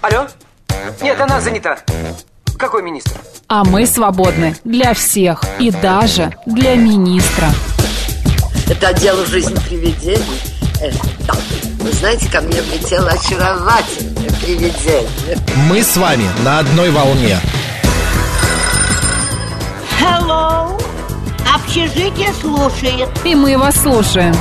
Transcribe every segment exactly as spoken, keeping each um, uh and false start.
Алло? Нет, она занята. Какой министр? А мы свободны для всех и даже для министра. Это отдел «Жизнь привидений». Э, да. Вы знаете, ко мне влетело очаровательное привидение. Мы с вами на одной волне. Hello. Общежитие слушает. И мы вас слушаем.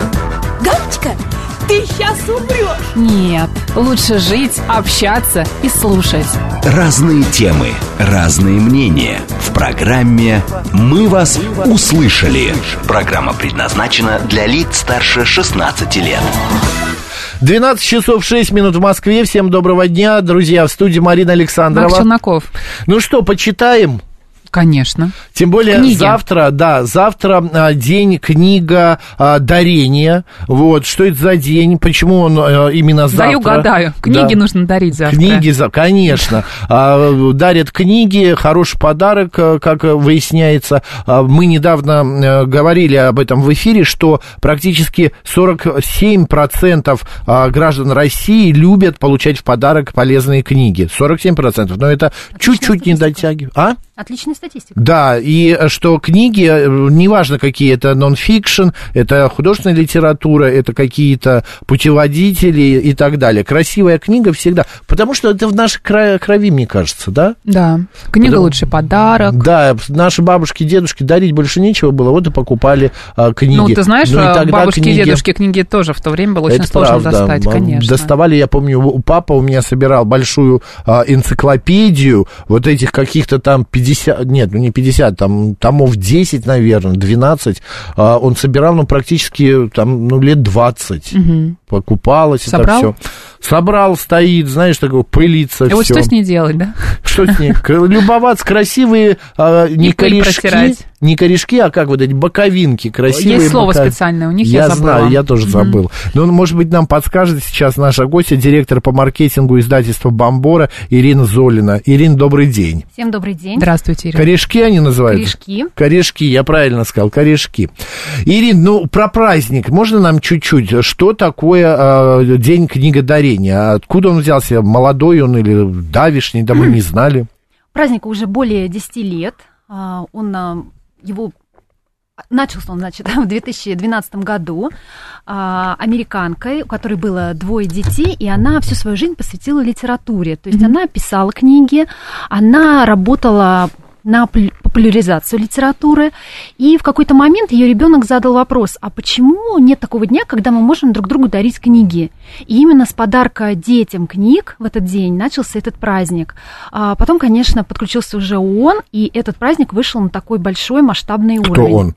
Галочка, ты сейчас умрешь. Нет, лучше жить, общаться и слушать. Разные темы, разные мнения. В программе «Мы вас услышали». Программа предназначена для лиц старше шестнадцати лет. двенадцать часов шесть минут в Москве. Всем доброго дня, друзья. В студии Марина Александрова. Марк Челноков. Ну что, почитаем? Конечно. Тем более Книги. завтра, да, завтра а, день книга а, дарения. Вот, что это за день, почему он а, именно завтра? Даю, гадаю. Книги да. нужно дарить завтра. Книги, конечно. а, дарят книги, хороший подарок, как выясняется. А, мы недавно говорили об этом в эфире, что практически сорок семь процентов граждан России любят получать в подарок полезные книги. сорок семь процентов, но это Отличная чуть-чуть не дотягивает. А? Отличная статистика. Да, и что книги, неважно какие, это нон-фикшн, это художественная литература, это какие-то путеводители и так далее. Красивая книга всегда, потому что это в нашей крови, мне кажется, да? Да, книга потому... лучший подарок. Да, наши бабушки, дедушки дарить больше нечего было, вот и покупали а, книги. Ну, ты знаешь, ну, бабушки книги... и дедушки книги тоже в то время было очень это сложно правда. достать, конечно. Доставали, я помню, у папа у меня собирал большую а, энциклопедию вот этих каких-то там пятьдесят, нет, ну не пятьдесят, там томов десять, наверное, двенадцать, а, он собирал, ну, практически там, ну, лет двадцать. Угу. Покупалось. Собрал? Это все. Собрал, стоит, знаешь, такое, пылится. И вот что с ней делать, да? Что с ней? Любоваться, красивые а, не корешки, не корешки, а как вот эти боковинки, красивые. Есть слово бока... специальное у них, я, я забыла. Я знаю, я тоже забыл. Mm-hmm. Но, может быть, нам подскажет сейчас наша гостья, директор по маркетингу издательства «Бомбора» Ирина Золина. Ирина, добрый день. Всем добрый день. Здравствуйте, Ирина. Корешки они называются? Корешки. Корешки, я правильно сказал, корешки. Ирина, ну, про праздник можно нам чуть-чуть? Что такое э, День книгодарения? Откуда он взялся? Молодой он или давишний? Да мы не знали. Празднику уже более десяти лет. Он... Его начался он, значит, в две тысячи двенадцатом году а, американкой, у которой было двое детей, и она всю свою жизнь посвятила литературе. То есть mm-hmm. она писала книги, она работала на популяризацию литературы, и в какой-то момент ее ребенок задал вопрос: а почему нет такого дня, когда мы можем друг другу дарить книги? И именно с подарка детям книг в этот день начался этот праздник. А потом, конечно, подключился уже ООН, и этот праздник вышел на такой большой масштабный уровень. Кто он?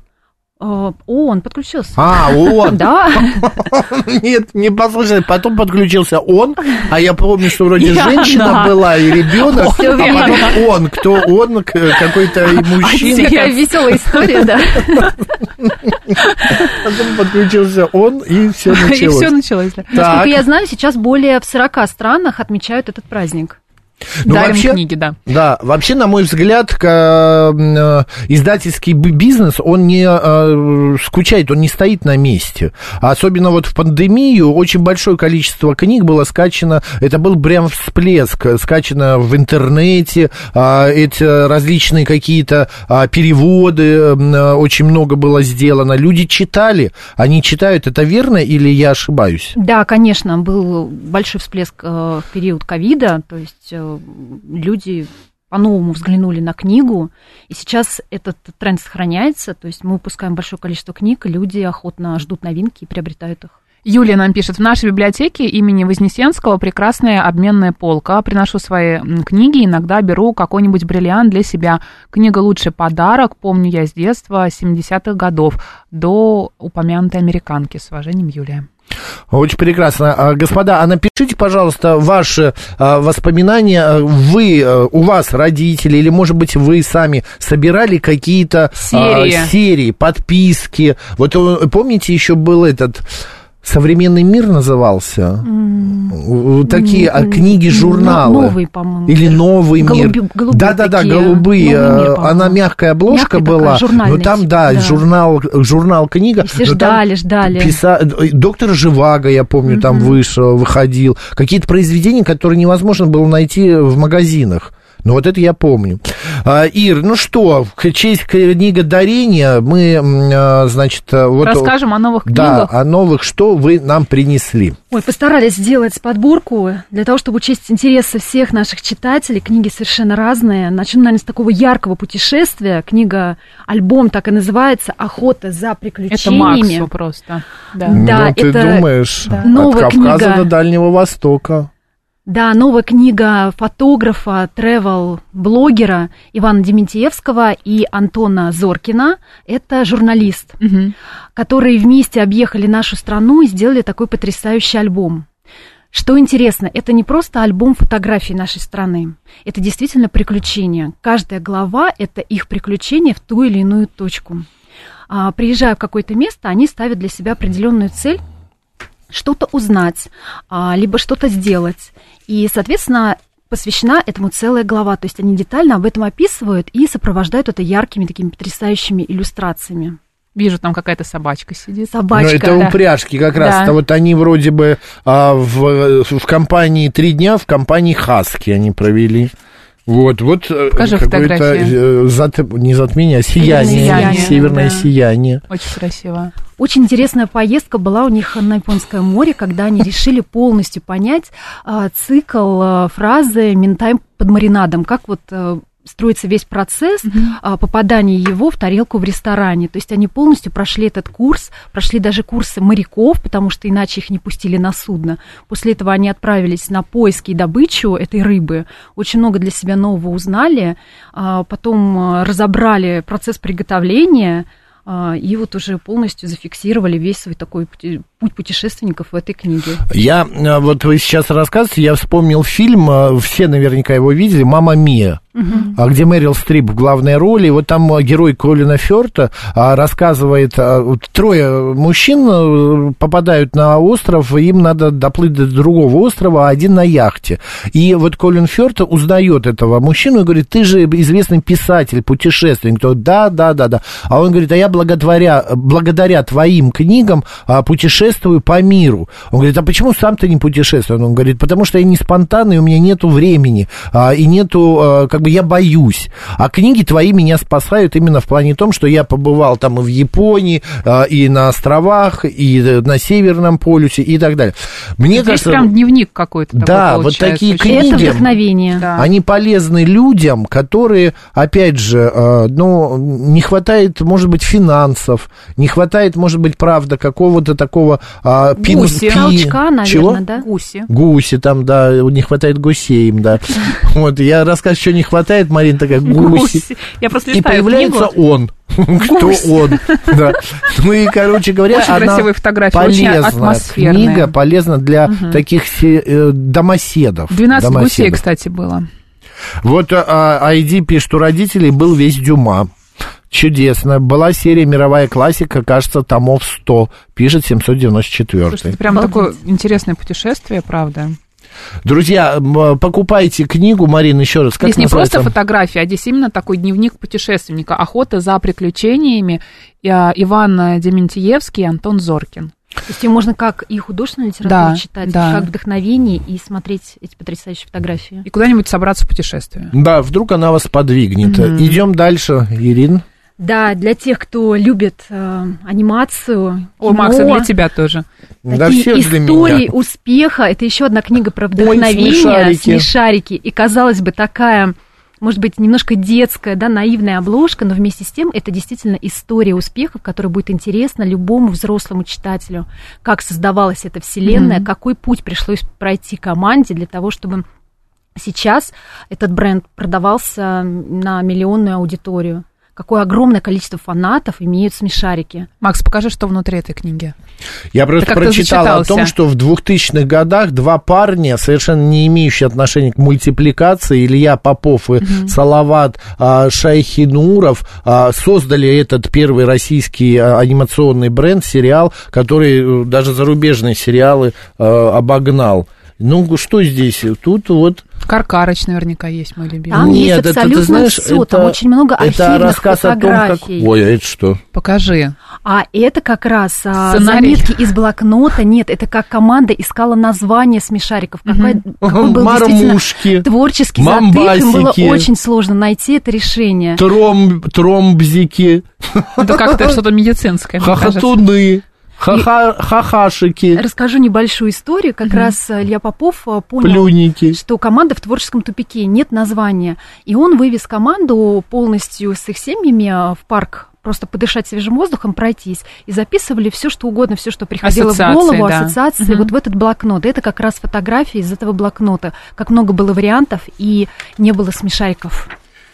ООН подключился. А, ООН. Да. Нет, не послушай, потом подключился он, а я помню, что вроде женщина была и ребенок, а потом он. Кто он? Какой-то мужчина. Такая веселая история, да. Потом подключился он, и все началось. И все началось, да. Насколько я знаю, сейчас более в сорока странах отмечают этот праздник. Ну, дарим вообще, книги, да. Да, вообще, на мой взгляд, к, э, издательский бизнес, он не э, скучает, он не стоит на месте. Особенно вот в пандемию очень большое количество книг было скачано, это был прям всплеск, скачано в интернете, э, эти различные какие-то э, переводы, э, очень много было сделано. Люди читали, они читают, это верно или я ошибаюсь? Да, конечно, был большой всплеск э, в период ковида, то есть... люди по-новому взглянули на книгу, и сейчас этот тренд сохраняется, то есть мы выпускаем большое количество книг, и люди охотно ждут новинки и приобретают их. Юлия нам пишет: в нашей библиотеке имени Вознесенского прекрасная обменная полка. Приношу свои книги, иногда беру какой-нибудь бриллиант для себя. Книга «Лучший подарок», помню я с детства, семидесятых годов, до упомянутой американки. С уважением, Юлия. Очень прекрасно. Господа, а напишите, пожалуйста, ваши а, воспоминания. Вы, а, у вас родители, или, может быть, вы сами собирали какие-то серии, а, серии подписки. Вот помните, еще был этот... «Современный мир» назывался. Mm. Такие mm. книги, журналы. Новый, по-моему. Или «Новый Голуби, мир». голубые Да-да-да, такие. голубые. Мир, она мягкая обложка мягкая была. Такая, но там, да, да. журнал, журнал книга. И все ждали, ждали. Писа... Доктор Живаго, я помню, mm-hmm. там вышел, выходил. Какие-то произведения, которые невозможно было найти в магазинах. Ну, вот это я помню. А, Ир, ну что, в честь книга дарения мы, значит... Вот, расскажем о новых да, книгах. Да, о новых, что вы нам принесли. Ой, постарались сделать подборку для того, чтобы учесть интересы всех наших читателей. Книги совершенно разные. Начнем, наверное, с такого яркого путешествия. Книга, альбом так и называется «Охота за приключениями». Это Максу просто. Да, да ну, ты это думаешь, да. от новая Кавказа книга... до Дальнего Востока. Да, новая книга фотографа, тревел-блогера Ивана Дементьевского и Антона Зоркина. Это журналист, угу. которые вместе объехали нашу страну и сделали такой потрясающий альбом. Что интересно, это не просто альбом фотографий нашей страны, это действительно приключения. Каждая глава – это их приключения в ту или иную точку. А, приезжая в какое-то место, они ставят для себя определенную цель, что-то узнать, либо что-то сделать. И, соответственно, посвящена этому целая глава. То есть они детально об этом описывают и сопровождают это яркими такими потрясающими иллюстрациями. Вижу, там какая-то собачка сидит. Собачка, ну, это да. упряжки как раз. Да. Вот они вроде бы а, в, в компании «Три дня», в компании «Хаски» они провели. Вот, вот покажи какое-то зат... не затмение, а сияние, сияние северное да. сияние. Очень красиво. Очень интересная поездка была у них на Японское море, когда они решили полностью понять а, цикл а, фразы «ментай под маринадом», как вот... А, строится весь процесс mm-hmm. попадания его в тарелку в ресторане. То есть они полностью прошли этот курс, прошли даже курсы моряков, потому что иначе их не пустили на судно. После этого они отправились на поиски и добычу этой рыбы. Очень много для себя нового узнали. Потом разобрали процесс приготовления и вот уже полностью зафиксировали весь свой такой путь путешественников в этой книге. Я, вот вы сейчас рассказываете, я вспомнил фильм, все наверняка его видели, «Мамма Мия», угу. где Мэрил Стрип в главной роли. Вот там герой Колина Фёрта рассказывает, трое мужчин попадают на остров, им надо доплыть до другого острова, а один на яхте. И вот Колин Фёрт узнает этого мужчину и говорит: ты же известный писатель, путешественник. Кто? Да, да, да, да. А он говорит: а я благодаря, благодаря твоим книгам путешествую по миру. Он говорит: а почему сам ты не путешествуешь? Он говорит: потому что я не спонтанный, у меня нету времени, и нету, как бы, я боюсь. А книги твои меня спасают именно в плане том, что я побывал там и в Японии, и на островах, и на Северном полюсе, и так далее. Мне Здесь кажется, прям дневник какой-то такой да, получается. вот такие Очень книги, это вдохновение. Да. Они полезны людям, которые, опять же, ну, не хватает, может быть, финансов, не хватает, может быть, правда, какого-то такого а, пин, Гуси. пи... Толчка, наверное, Чего? да? Гуси. Гуси там, да, не хватает гусей им, да. Вот, я рассказываю, что не хватает, Марина такая: гуси. Я просто И листаю появляется книгу. он. Кто он? Да. Ну и, короче говоря, очень она красивые фотографии, очень полезная атмосферная. книга, полезна для угу. таких э, домоседов. двенадцать домоседов. гусей, кстати, было. Вот а, Айди пишет: у родителей был весь Дюма. Чудесно. Была серия «Мировая классика», кажется, томов сто, пишет семьсот девяносто четыре. Слушай, это прям такое интересное путешествие, правда. Друзья, покупайте книгу, Марина, еще раз. Как здесь не называется? просто фотография, а здесь именно такой дневник путешественника. Охота за приключениями. Иван Дементьевский и Антон Зоркин. То есть ее можно как и художественную литературу да, читать, да. как вдохновение и смотреть эти потрясающие фотографии. И куда-нибудь собраться в путешествие. Да, вдруг она вас подвигнет. Mm-hmm. Идем дальше, Ирина. Да, для тех, кто любит э, анимацию. О, Макс, это для тебя тоже. Да, такие все для истории меня. Успеха. Это еще одна книга про вдохновение. Ой, смешарики. смешарики. И, казалось бы, такая, может быть, немножко детская, да, наивная обложка, но вместе с тем это действительно история успехов, которая будет интересна любому взрослому читателю. Как создавалась эта вселенная, mm-hmm. какой путь пришлось пройти команде для того, чтобы сейчас этот бренд продавался на миллионную аудиторию. какое огромное количество фанатов имеют смешарики. Макс, покажи, что внутри этой книги. Я просто прочитал о том, что в двухтысячных годах два парня, совершенно не имеющие отношения к мультипликации, Илья Попов и угу. Салават а, Шайхинуров, а, создали этот первый российский а, анимационный бренд, сериал, который даже зарубежные сериалы а, обогнал. Ну, что здесь? Тут вот... Каркарыч наверняка есть, мой любимый. Там Нет, есть абсолютно это, ты знаешь, все, это, там очень много архивных это рассказ фотографий. О том, как... Ой, а это что? Покажи. А это как раз Сценарий. заметки из блокнота. Нет, это как команда искала название смешариков. Какой, mm-hmm. какой был Мармушки, творческий мамбасики, затык. Им было очень сложно найти это решение. Тром, тромбзики. Это как-то что-то медицинское, мне кажется. Хохотуны. Ха-ха, хахашики. Расскажу небольшую историю. Как mm-hmm. раз Илья Попов понял, Плюники. что команда в творческом тупике, нет названия. И он вывез команду полностью с их семьями в парк, просто подышать свежим воздухом, пройтись. И записывали все, что угодно, все, что приходило ассоциации, в голову, да. ассоциации, mm-hmm. вот в этот блокнот. Это как раз фотографии из этого блокнота. Как много было вариантов, и не было смешариков.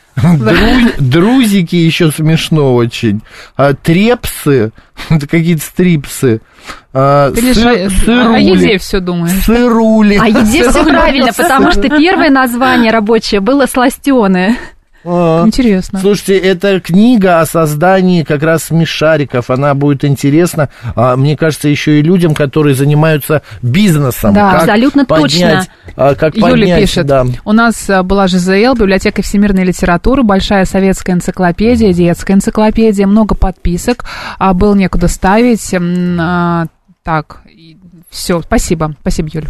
Дру- друзики еще смешно очень. А, трепсы, это какие-то стрипсы. А, Ты лишь сы- о, сырули, о еде все думаешь. Сырули. А еде все правильно, потому что первое название рабочее было «Сластёны». А, Интересно. Слушайте, это книга о создании как раз смешариков. Она будет интересна, а, мне кажется, еще и людям, которые занимаются бизнесом. Да, как абсолютно поднять, точно. А, как Юля поднять, пишет, да. у нас была ЖЗЛ, библиотека всемирной литературы, большая советская энциклопедия, детская энциклопедия, много подписок, а, было некуда ставить. А, так, все, спасибо, спасибо, Юль.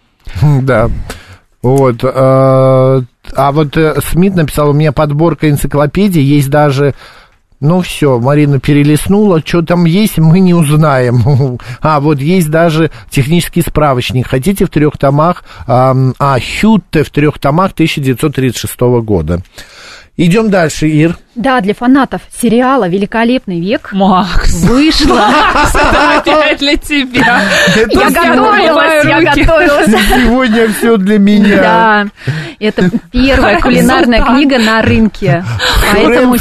Да. Вот. А, а вот Смит написал, у меня подборка энциклопедий, есть даже... Ну, все, Марина перелистнула, что там есть, мы не узнаем. А, вот есть даже технический справочник. Хотите в трех томах? А, а Хютте в трех томах тысяча девятьсот тридцать шестого года. Идем дальше, Ир. Да, для фанатов сериала «Великолепный век» Макс, вышла. это опять для тебя. Я готовилась, я готовилась. Сегодня все для меня. Да, это первая кулинарная книга на рынке по этому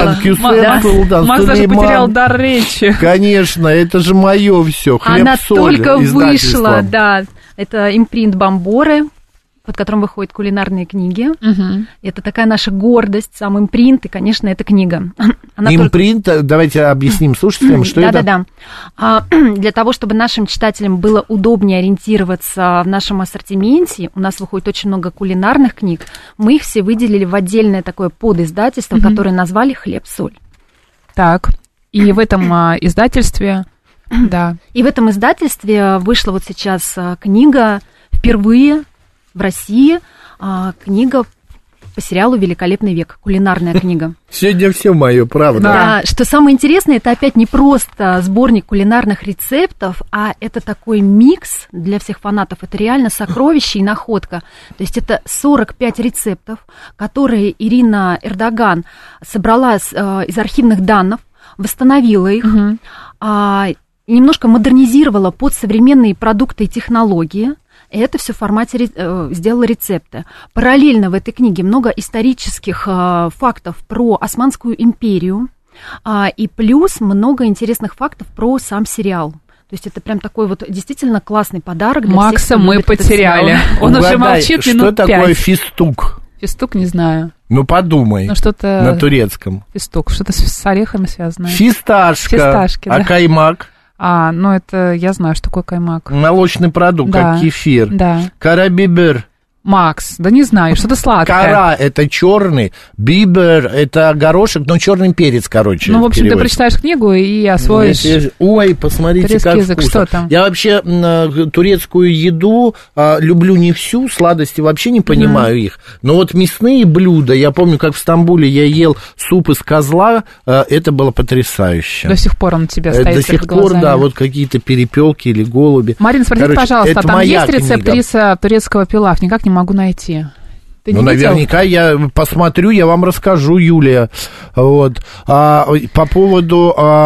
сериалу. Макс даже потерял дар речи. Конечно, это же мое все. Она только вышла, да. Это импринт Бомборы, под которым выходят кулинарные книги. Угу. Это такая наша гордость, сам импринт, и, конечно, эта книга. Она импринт, только... давайте объясним слушателям, что это. Да-да-да. Для того, чтобы нашим читателям было удобнее ориентироваться в нашем ассортименте, у нас выходит очень много кулинарных книг, мы их все выделили в отдельное такое подиздательство, угу. которое назвали «Хлеб-соль». Так, и в этом а, издательстве, да. И в этом издательстве вышла вот сейчас книга впервые в России, а, книга по сериалу «Великолепный век», кулинарная книга. Сегодня все мое, правда. Да, что самое интересное, это опять не просто сборник кулинарных рецептов, а это такой микс для всех фанатов. Это реально сокровище и находка. То есть это сорок пять рецептов, которые Ирина Эрдоган собрала с, э, из архивных данных, восстановила их, угу. а, немножко модернизировала под современные продукты и технологии. И это все в формате э, сделала рецепты. Параллельно в этой книге много исторических э, фактов про Османскую империю, э, и плюс много интересных фактов про сам сериал. То есть это прям такой вот действительно классный подарок для Макса всех, кто мы любит потеряли. Он Угадай, уже молчит минут что пять. такое фистук? Фистук не знаю. Ну, подумай. Ну, что-то... На турецком. Фистук, что-то с орехами связано. Фисташка. Фисташки, да. А каймак? А, ну это, я знаю, что такое каймак. Молочный продукт, да, как кефир. Да. Карабибер. Макс, да не знаю, что-то сладкое. Кара – это черный, бибер – это горошек, но черный перец, короче. Ну, в общем, ты прочитаешь книгу и освоишь. Ой, посмотрите, турецкий как язык. вкусно. Что там? Я вообще турецкую еду а, люблю не всю, сладости вообще не понимаю mm. их. Но вот мясные блюда, я помню, как в Стамбуле я ел суп из козла, а, это было потрясающе. До сих пор он у тебя стоит До сих пор, глазами. да, вот какие-то перепелки или голуби. Марина, спроси, короче, пожалуйста, там есть книга. рецепт риса турецкого пилав? Никак не могу найти. Ты ну, не наверняка я посмотрю, я вам расскажу, Юлия. Вот. А, по поводу... А,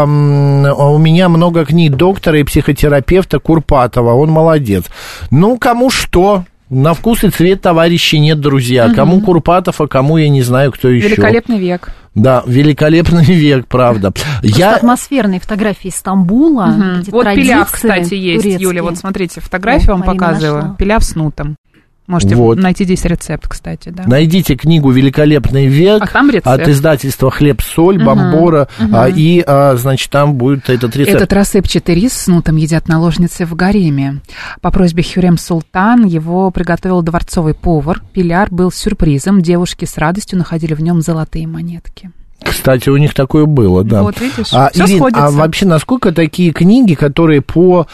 у меня много книг доктора и психотерапевта Курпатова. Он молодец. Ну, кому что... На вкус и цвет товарищей нет, друзья. Угу. Кому Курпатов, а кому я не знаю, кто еще. Великолепный век. Да, великолепный век, правда. Просто я... атмосферные фотографии Стамбула. Угу. Где вот Пиляв, кстати, есть, турецкие. Юля, вот смотрите, фотографию вам показываю. Нашла. Пиляв с нутом. Можете вот. найти здесь рецепт, кстати, да. Найдите книгу «Великолепный век» а от издательства «Хлеб-соль», «Бомбора», угу, угу. А, и, а, значит, там будет этот рецепт. Этот рассыпчатый рис с нутом едят наложницы в гареме. По просьбе Хюррем Султан его приготовил дворцовый повар. Пиляр был сюрпризом. Девушки с радостью находили в нем золотые монетки. Кстати, у них такое было, да. Вот, видишь, а, всё Ирин, сходится. А вообще, насколько такие книги, которые по...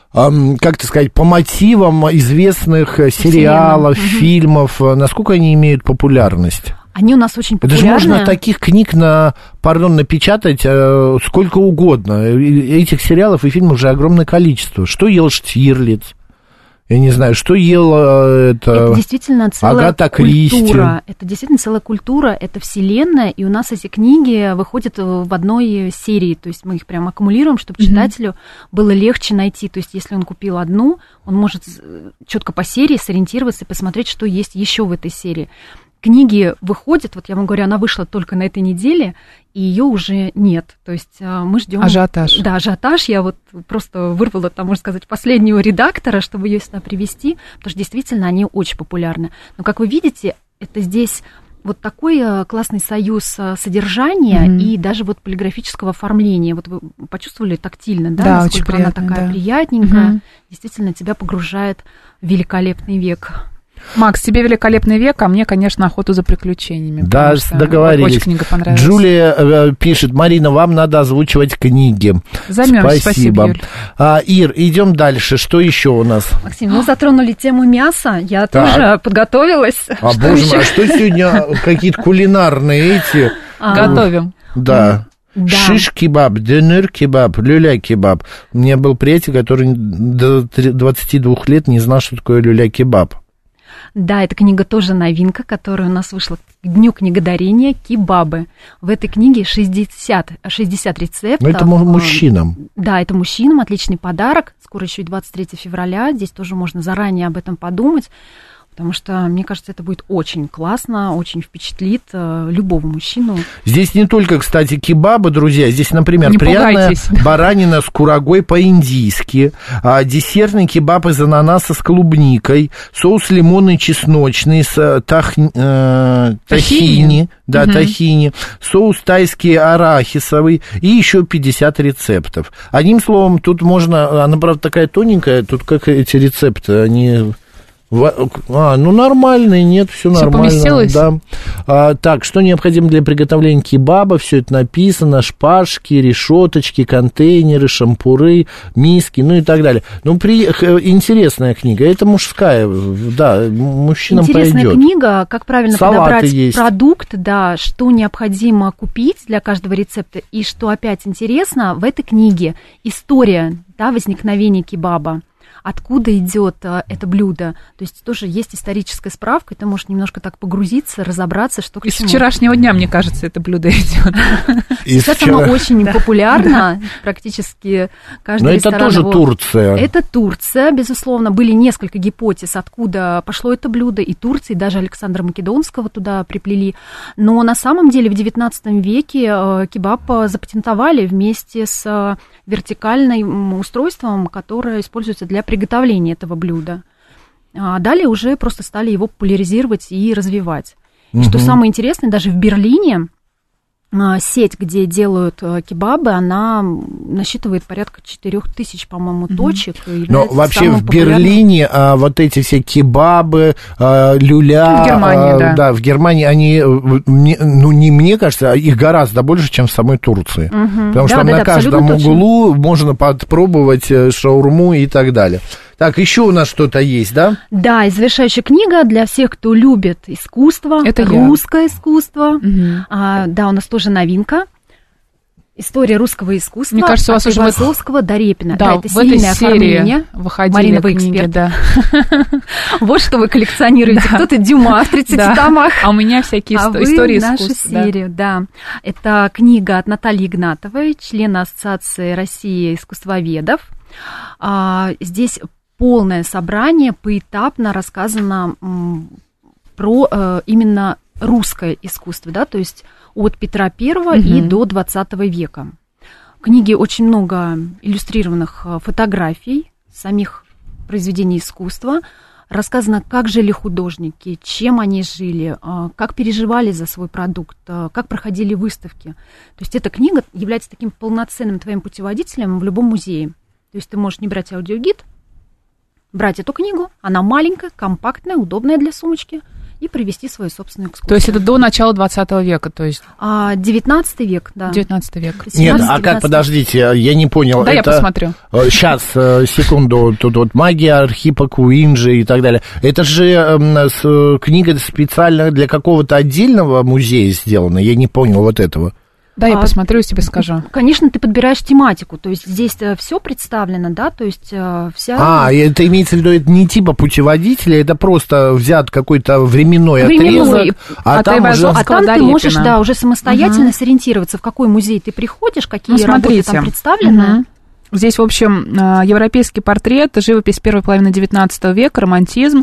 как так сказать, по мотивам известных сериалов, угу. фильмов, насколько они имеют популярность? Они у нас очень популярны. Это же можно таких книг, на, пардон, напечатать э, сколько угодно. Этих сериалов и фильмов уже огромное количество. Что ел Штирлиц? Я не знаю, что ела это, это действительно целая Агата Кристи. Культура. Это действительно целая культура, это вселенная, и у нас эти книги выходят в одной серии, то есть мы их прям аккумулируем, чтобы mm-hmm. читателю было легче найти. То есть если он купил одну, он может четко по серии сориентироваться и посмотреть, что есть еще в этой серии. Книги выходят, вот я вам говорю, она вышла только на этой неделе, и ее уже нет. То есть мы ждем. Ажиотаж. Да, ажиотаж. Я вот просто вырвала, там, можно сказать, последнего редактора, чтобы ее сюда привести, потому что действительно они очень популярны. Но, как вы видите, это здесь вот такой классный союз содержания mm-hmm. и даже вот полиграфического оформления. Вот вы почувствовали тактильно, да, да, насколько очень приятно, она такая да. приятненькая. Mm-hmm. Действительно, тебя погружает в великолепный век. Макс, тебе «Великолепный век», а мне, конечно, «Охоту за приключениями». Да, договорились. Очень книга понравилась. Джулия э, пишет: Марина, вам надо озвучивать книги. Займемся, спасибо, спасибо. А, Ир, идем дальше. Что еще у нас? Максим, мы затронули тему мяса. Я так. тоже подготовилась. А что боже мой, а что сегодня какие-то кулинарные эти? Готовим. Да. Да. Шиш-кебаб, дönер-кебаб, люля-кебаб. У меня был приятель, который до двадцати двух лет не знал, что такое люля-кебаб. Да, эта книга тоже новинка, которая у нас вышла к Дню книгодарения «Кебабы». В этой книге шестьдесят, шестьдесят рецептов. Но это мужчинам. Да, это мужчинам, отличный подарок. Скоро еще и двадцать третьего февраля. Здесь тоже можно заранее об этом подумать. Потому что, мне кажется, это будет очень классно, очень впечатлит э, любого мужчину. Здесь не только, кстати, кебабы, друзья. Здесь, например, не пряная пугайтесь. баранина с курагой по-индийски, а, десертный кебаб из ананаса с клубникой, соус лимонный чесночный с тах, э, тахини, да, угу. тахини, соус тайский арахисовый и еще пятьдесят рецептов. Одним словом, тут можно, она, правда, такая тоненькая, тут как эти рецепты, они... А, ну нормальный, нет, все нормально. Все поместилось? Да. А, так, что необходимо для приготовления кебаба? Все это написано: шпажки, решеточки, контейнеры, шампуры, миски, ну и так далее. Ну, при... интересная книга. Это мужская, да, мужчинам Интересная пойдет. книга, как правильно Салаты подобрать есть. Продукт, да, что необходимо купить для каждого рецепта. И что опять интересно, в этой книге история, да, возникновения кебаба. Откуда идет а, это блюдо. То есть тоже есть историческая справка, и ты можешь немножко так погрузиться, разобраться, что к Из чему. вчерашнего дня, мне кажется, это блюдо идет. Сейчас оно очень популярно, практически каждый Но ресторан. это тоже его... Турция. Это Турция, безусловно. Были несколько гипотез, откуда пошло это блюдо, и Турции, даже Александра Македонского туда приплели. Но на самом деле в девятнадцатом веке кебаб запатентовали вместе с вертикальным устройством, которое используется для приготовления этого блюда. А далее уже просто стали его популяризировать и развивать. И угу. что самое интересное, даже в Берлине сеть, где делают кебабы, она насчитывает порядка четырех тысяч, по-моему, точек. Но вообще в Берлине а, вот эти все кебабы, а, люля... В Германии, а, да. Да, в Германии они, мне, ну, не мне кажется, а их гораздо больше, чем в самой Турции. Угу. Потому да, что да, на да, каждом углу точно. Можно попробовать шаурму и так далее. Так, еще у нас что-то есть, да? Да, и завершающая книга для всех, кто любит искусство, это русское я. искусство. Угу. А, да, у нас тоже новинка. История русского искусства. Мне кажется, у вас от уже Ивасовского до Репина. Да, да, это в этой серии выходили Марина, вы книги, эксперт. Да. Вот что вы коллекционируете. Кто-то Дюма в тридцати томах. А у меня всякие а истории вы искусства. нашу серию, да. Это книга от Натальи Игнатовой, члена Ассоциации России искусствоведов. Здесь полное собрание, поэтапно рассказано м, про э, именно русское искусство, да, то есть от Петра Первого угу. и до двадцатого века. В книге очень много иллюстрированных фотографий самих произведений искусства. Рассказано, как жили художники, чем они жили, как переживали за свой продукт, как проходили выставки. То есть эта книга является таким полноценным твоим путеводителем в любом музее. То есть ты можешь не брать аудиогид, брать эту книгу, она маленькая, компактная, удобная для сумочки, и провести свою собственную экскурсию. То есть это до начала двадцатого века, то есть? А, девятнадцатый век, да. девятнадцатый век. Нет, а как, подождите, я не понял. Да, это... я посмотрю. Сейчас, секунду, тут вот магия Архипа Куинджи и так далее. Это же э, книга специально для какого-то отдельного музея сделана, я не понял вот этого. Да, я а, посмотрю и тебе скажу. Конечно, ты подбираешь тематику, то есть здесь все представлено, да, то есть вся... А, это имеется в виду, это не типа путеводителя, это просто взят какой-то временной, временной отрезок, а там, уже... а там ты можешь, да, уже самостоятельно угу. сориентироваться, в какой музей ты приходишь, какие ну, работы там представлены. Угу. Здесь, в общем, европейский портрет, живопись первой половины девятнадцатого века, романтизм,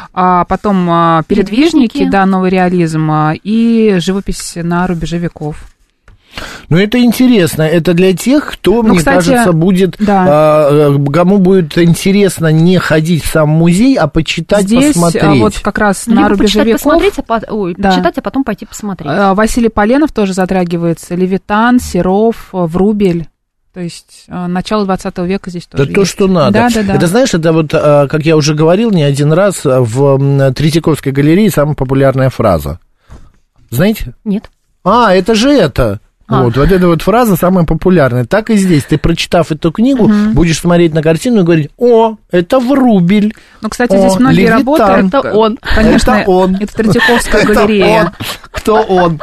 потом передвижники, передвижники. Да, новый реализм и живопись на рубеже веков. Ну, это интересно. Это для тех, кто, ну, мне кстати, кажется, будет... Да. А, кому будет интересно не ходить в сам музей, а почитать, здесь, посмотреть. Вот как раз либо на рубеже веков... Посмотреть, а по... Ой, да. почитать, а потом пойти посмотреть. Василий Поленов тоже затрагивается. Левитан, Серов, Врубель. То есть начало двадцатого века здесь тоже это есть. То, что надо. Да, да, да. Это, знаешь, это вот, как я уже говорил не один раз, в Третьяковской галерее самая популярная фраза. Знаете? Нет. А, это же это... А. Вот, вот эта вот фраза самая популярная. Так и здесь. Ты, прочитав эту книгу, угу. будешь смотреть на картину и говорить: о, это Врубель. Ну, кстати, о, здесь многие Левитан. Работы. Это он. Конечно, это он. Это Третьяковская галерея. Кто он?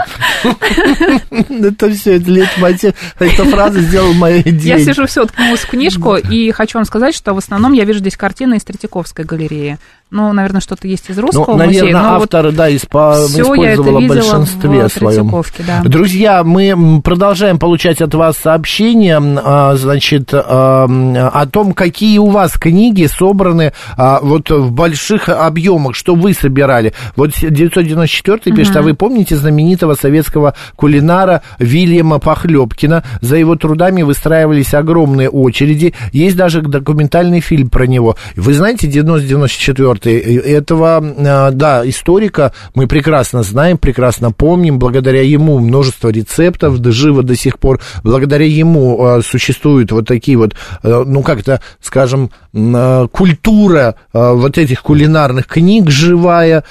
Это все, это лейтмотив. Эта фраза сделала моей день. Я сижу, все, уткнулась в книжку, и хочу вам сказать, что в основном я вижу здесь картины из Третьяковской галереи. Ну, наверное, что-то есть из русского ну, наверное, музея. Наверное, автор, вот да, испо... использовала в большинстве в своем. Да. Друзья, мы продолжаем получать от вас сообщения, значит, о том, какие у вас книги собраны вот в больших объемах, что вы собирали. Вот девятьсот девяносто четвёртый пишет, uh-huh. а вы помните знаменитого советского кулинара Вильяма Похлёбкина? За его трудами выстраивались огромные очереди. Есть даже документальный фильм про него. Вы знаете, девяносто девяносто четвёртый этого, да, историка мы прекрасно знаем, прекрасно помним, благодаря ему множество рецептов живо до сих пор, благодаря ему существуют вот такие вот, ну, как-то, скажем, культура вот этих кулинарных книг живая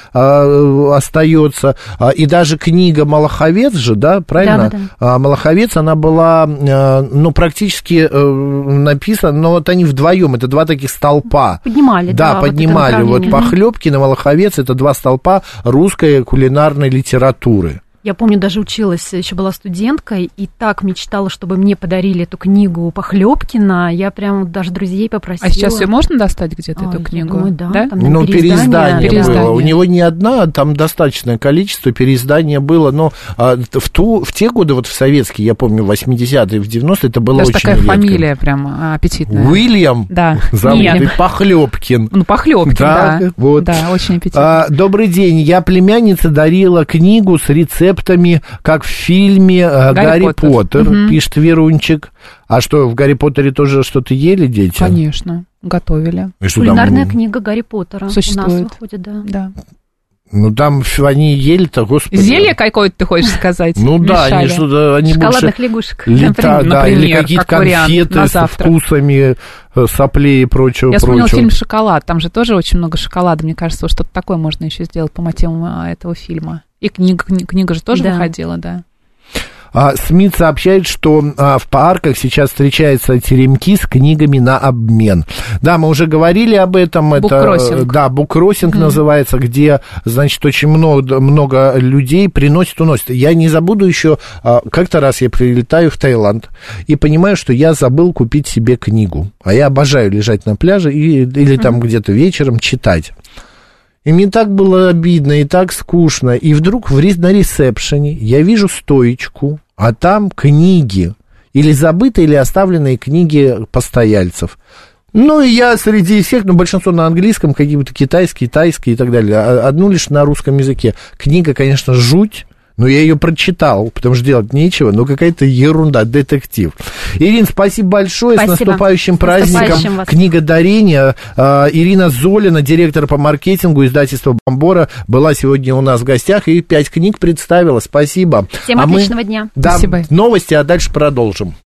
остается, и даже книга «Малаховец» же, да, правильно? Да, да, да. «Малаховец», она была, ну, практически написана, но вот они вдвоем, это два таких столпа. Поднимали, да, да, поднимали. Вот Похлёбкин и Малаховец — это два столпа русской кулинарной литературы. Я помню, даже училась, еще была студенткой, и так мечтала, чтобы мне подарили эту книгу Похлёбкина. Я прям даже друзей попросила. А сейчас ее можно достать где-то, эту а, книгу? Думаю, да. да? Там, ну, переиздание, переиздание было. У него не одна, там достаточное количество переиздания было. Но а, в, ту, в те годы, вот в советские, я помню, в восьмидесятые, в девяностые, это было даже очень такая редко. Фамилия прям аппетитная. Уильям? Да. Зовут, и Похлёбкин. Ну, Похлёбкин, да. Да, вот. Да, очень аппетитно. А, добрый день. Я племяннице дарила книгу с рецептами, как в фильме «Гарри, Гарри Поттер», Поттер угу. пишет Верунчик. А что, в «Гарри Поттере» тоже что-то ели дети? Конечно, готовили. Кулинарная там... книга Гарри Поттера существует. У нас выходит, да. да. Ну, там они ели-то, господи. Зелье какое-то, ты хочешь сказать? Ну, да, они что-то... Они шоколадных лягушек. Лета, да, или какие-то как конфеты с вкусами соплей и прочего. Я вспомнила фильм «Шоколад». Там же тоже очень много шоколада. Мне кажется, что-то такое можно еще сделать по мотивам этого фильма. И книга, книга же тоже да. выходила, да. А, СМИ сообщает, что а, в парках сейчас встречаются теремки с книгами на обмен. Да, мы уже говорили об этом. Буккроссинг. Это, да, буккроссинг mm-hmm. называется, где, значит, очень много, много людей приносит, уносит. Я не забуду еще, а, как-то раз я прилетаю в Таиланд и понимаю, что я забыл купить себе книгу. А я обожаю лежать на пляже и, или там mm-hmm. где-то вечером читать. И мне так было обидно и так скучно. И вдруг в, на ресепшене я вижу стоечку, а там книги. Или забытые, или оставленные книги постояльцев. Ну, и я среди всех, ну, большинство на английском, какие-то китайские, тайские и так далее. Одну лишь на русском языке. Книга, конечно, жуть. Но я ее прочитал, потому что делать нечего, но какая-то ерунда, детектив. Ирина, спасибо большое, спасибо. С наступающим праздником. Наступающим Книга дарения. Ирина Золина, директор по маркетингу издательства «Бомбора», была сегодня у нас в гостях и пять книг представила. Спасибо. Всем а отличного мы... дня. Да, спасибо. Новости, а дальше продолжим.